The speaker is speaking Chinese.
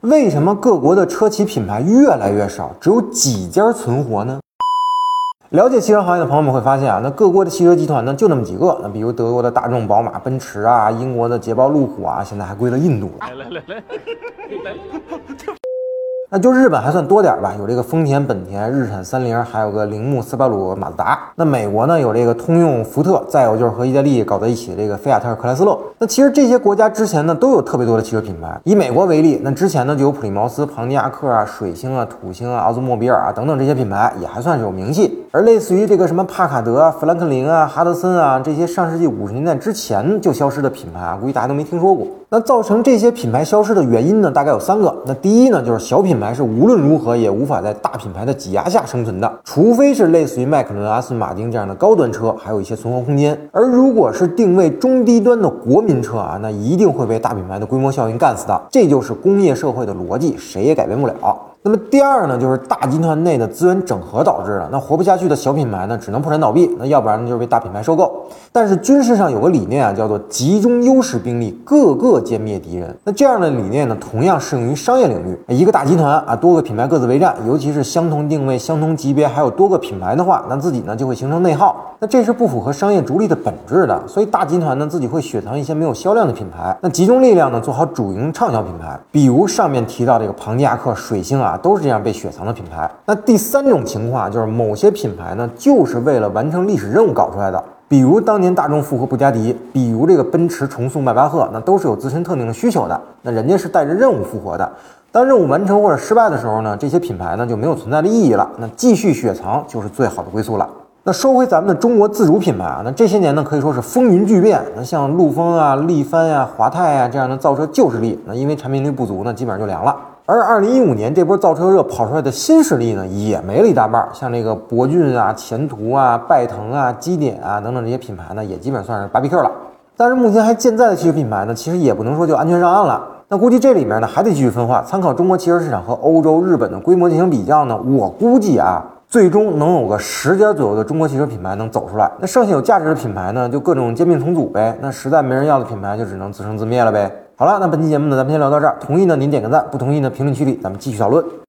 为什么各国的车企品牌越来越少，只有几家存活呢？了解汽车行业的朋友们会发现啊，那各国的汽车集团呢就那么几个，那比如德国的大众、宝马、奔驰啊，英国的捷豹、路虎啊，现在还归了印度了。那就日本还算多点吧，有这个丰田、本田、日产、三菱，还有个铃木、斯巴鲁、马自达。那美国呢有这个通用、福特，再有就是和意大利搞在一起的这个菲亚特、克莱斯勒。那其实这些国家之前呢都有特别多的汽车品牌。以美国为例，那之前呢就有普利茅斯、庞尼亚克啊、水星啊、土星啊、奥兹莫比尔啊等等这些品牌也还算是有名气。而类似于这个什么帕卡德啊、富兰克林啊、哈德森啊这些上世纪50年代之前就消失的品牌啊，估计大家都没听说过。那造成这些品牌消失的原因呢，大概有3个。那第一呢，就是小品牌是无论如何也无法在大品牌的挤压下生存的，除非是类似于迈凯伦、阿斯顿马丁这样的高端车，还有一些存活空间。而如果是定位中低端的国民车啊，那一定会被大品牌的规模效应干死的。这就是工业社会的逻辑，谁也改变不了。那么第二呢，就是大集团内的资源整合导致的。那活不下去的小品牌呢，只能破产倒闭，那要不然呢就是被大品牌收购。但是军事上有个理念啊，叫做集中优势兵力，个个歼灭敌人。那这样的理念呢，同样适用于商业领域。一个大集团啊，多个品牌各自为战，尤其是相同定位、相同级别，还有多个品牌的话，那自己呢就会形成内耗。那这是不符合商业逐利的本质的。所以大集团呢自己会雪藏一些没有销量的品牌，那集中力量呢做好主营畅销品牌。比如上面提到这个庞尼亚克、水星啊，都是这样被雪藏的品牌。那第3种情况就是某些品牌呢就是为了完成历史任务搞出来的。比如当年大众复活布加迪，比如这个奔驰重塑迈巴赫，那都是有自身特定的需求的，那人家是带着任务复活的。当任务完成或者失败的时候呢，这些品牌呢就没有存在的意义了，那继续雪藏就是最好的归宿了。那说回咱们的中国自主品牌啊，那这些年呢可以说是风云巨变。那像陆风啊、力帆啊、华泰啊这样的造车旧势力，那因为产品力不足呢，基本上就凉了。而2015年这波造车热跑出来的新势力呢，也没了一大半，像这个博骏啊、前途啊、拜腾啊、基点啊等等这些品牌呢，也基本算是巴比 Q 了。但是目前还健在的汽车品牌呢，其实也不能说就安全上岸了。那估计这里面呢还得继续分化，参考中国汽车市场和欧洲、日本的规模进行比较呢，我估计啊，最终能有个10家左右的中国汽车品牌能走出来。那剩下有价值的品牌呢，就各种兼并重组呗。那实在没人要的品牌，就只能自生自灭了呗。好了，那本期节目呢，咱们先聊到这儿。同意呢，您点个赞；不同意呢，评论区里咱们继续讨论。